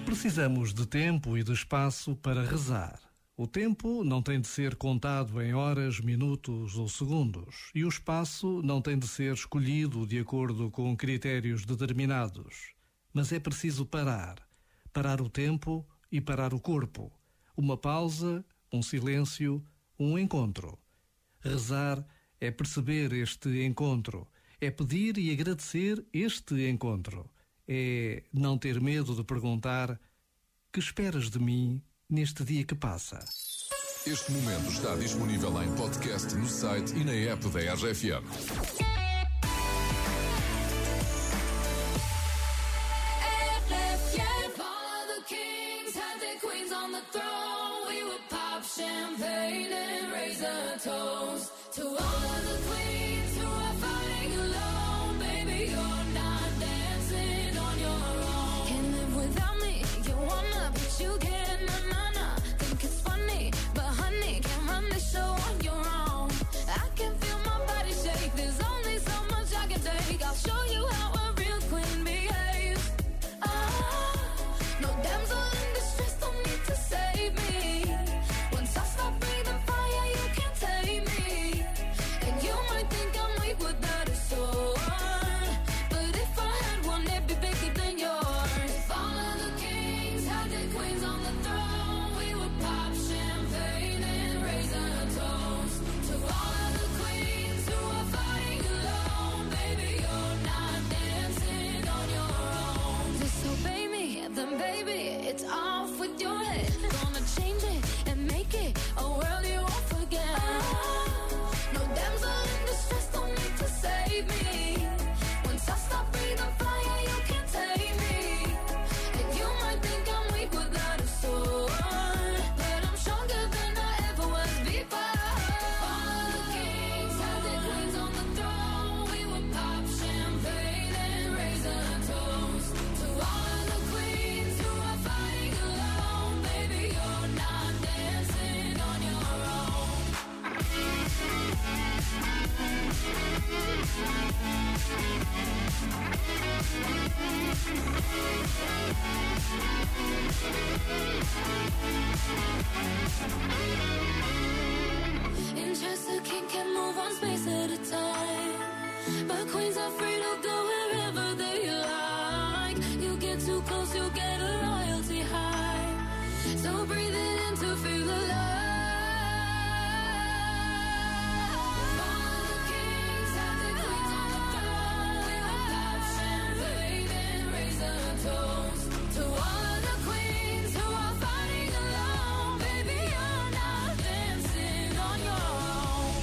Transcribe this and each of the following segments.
Precisamos de tempo e de espaço para rezar. O tempo não tem de ser contado em horas, minutos ou segundos, e o espaço não tem de ser escolhido de acordo com critérios determinados. Mas é preciso parar. Parar o tempo e parar o corpo. Uma pausa, um silêncio, um encontro. Rezar é perceber este encontro. É pedir e agradecer este encontro. É não ter medo de perguntar: que esperas de mim neste dia que passa? Este momento está disponível em podcast no site e na app da RFM. Champagne and raise a toast to all of the queens who are fighting alone. Baby, you're not dancing on your own. Can't live without me, you wanna, but you can't. Na. Think it's funny, but honey, can't run the show on your own. I can feel my body shake, there's only so much I can take. I'll show you how a real queen behaves. No damsel in distress, don't need to save me. Then baby, it's off with your head. Gonna change it and make it a world you won't forget. No damsel in distress, don't need to save me. Once I stop breathing fire, you can't take me. And you might think I'm weak without a sword, but I'm stronger than I ever was before. All of the kings had their queens on the throne. We would pop champagne and raise a toast to all of the queens who are fighting alone. Baby, you're not dancing on your own. Interest, the king can move one space at a time, but queens are free to go wherever they like. You get too close, you'll get a royalty high. So breathe it in to feel alive. All the kings have their queens on the throne. We will pop champagne and raise a toast to all of the queens who are fighting alone. Baby, you're not dancing on your own.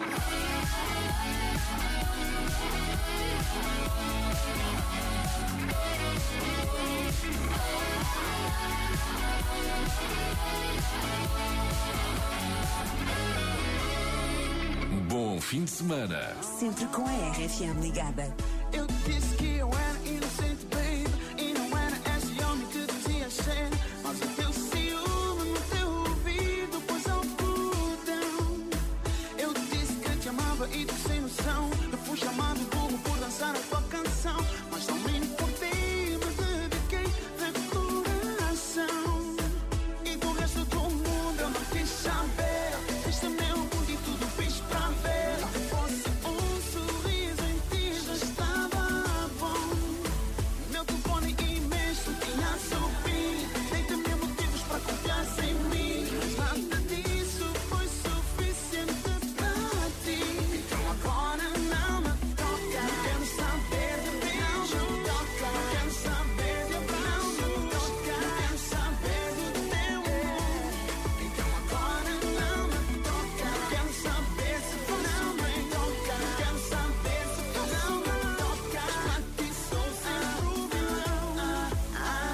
Bom fim de semana. Sempre com a RFM ligada. Eu disse que eu era inocente, baby, e não era esse homem que dizia ser. Mas o teu ciúme no teu ouvido pôs ao botão. Eu disse que te amava e tu sem noção. Eu fui chamado burro por dançar a tua canção. Mas não me importei, me dediquei de coração. E do resto do mundo eu não quis saber. Este é meu mundo e tudo fiz pra ver. Fosse um sorriso em ti já estava bom. Meu telefone imenso tinha subido. Dei-te mil motivos para confiar em mim. Nada disso foi suficiente para ti. Então agora não me toca. Não quero saber de beijo. Não toca. Não quero saber de abraço. Não toca. Não quero saber do teu amor. Então agora não me toca. Não quero saber se tu não me toca. Não quero saber se tu não me toca. Pra ti sou sempre o vilão.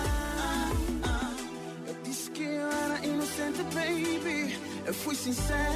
Eu disse que eu era inocente, baby. Eu fui sincero.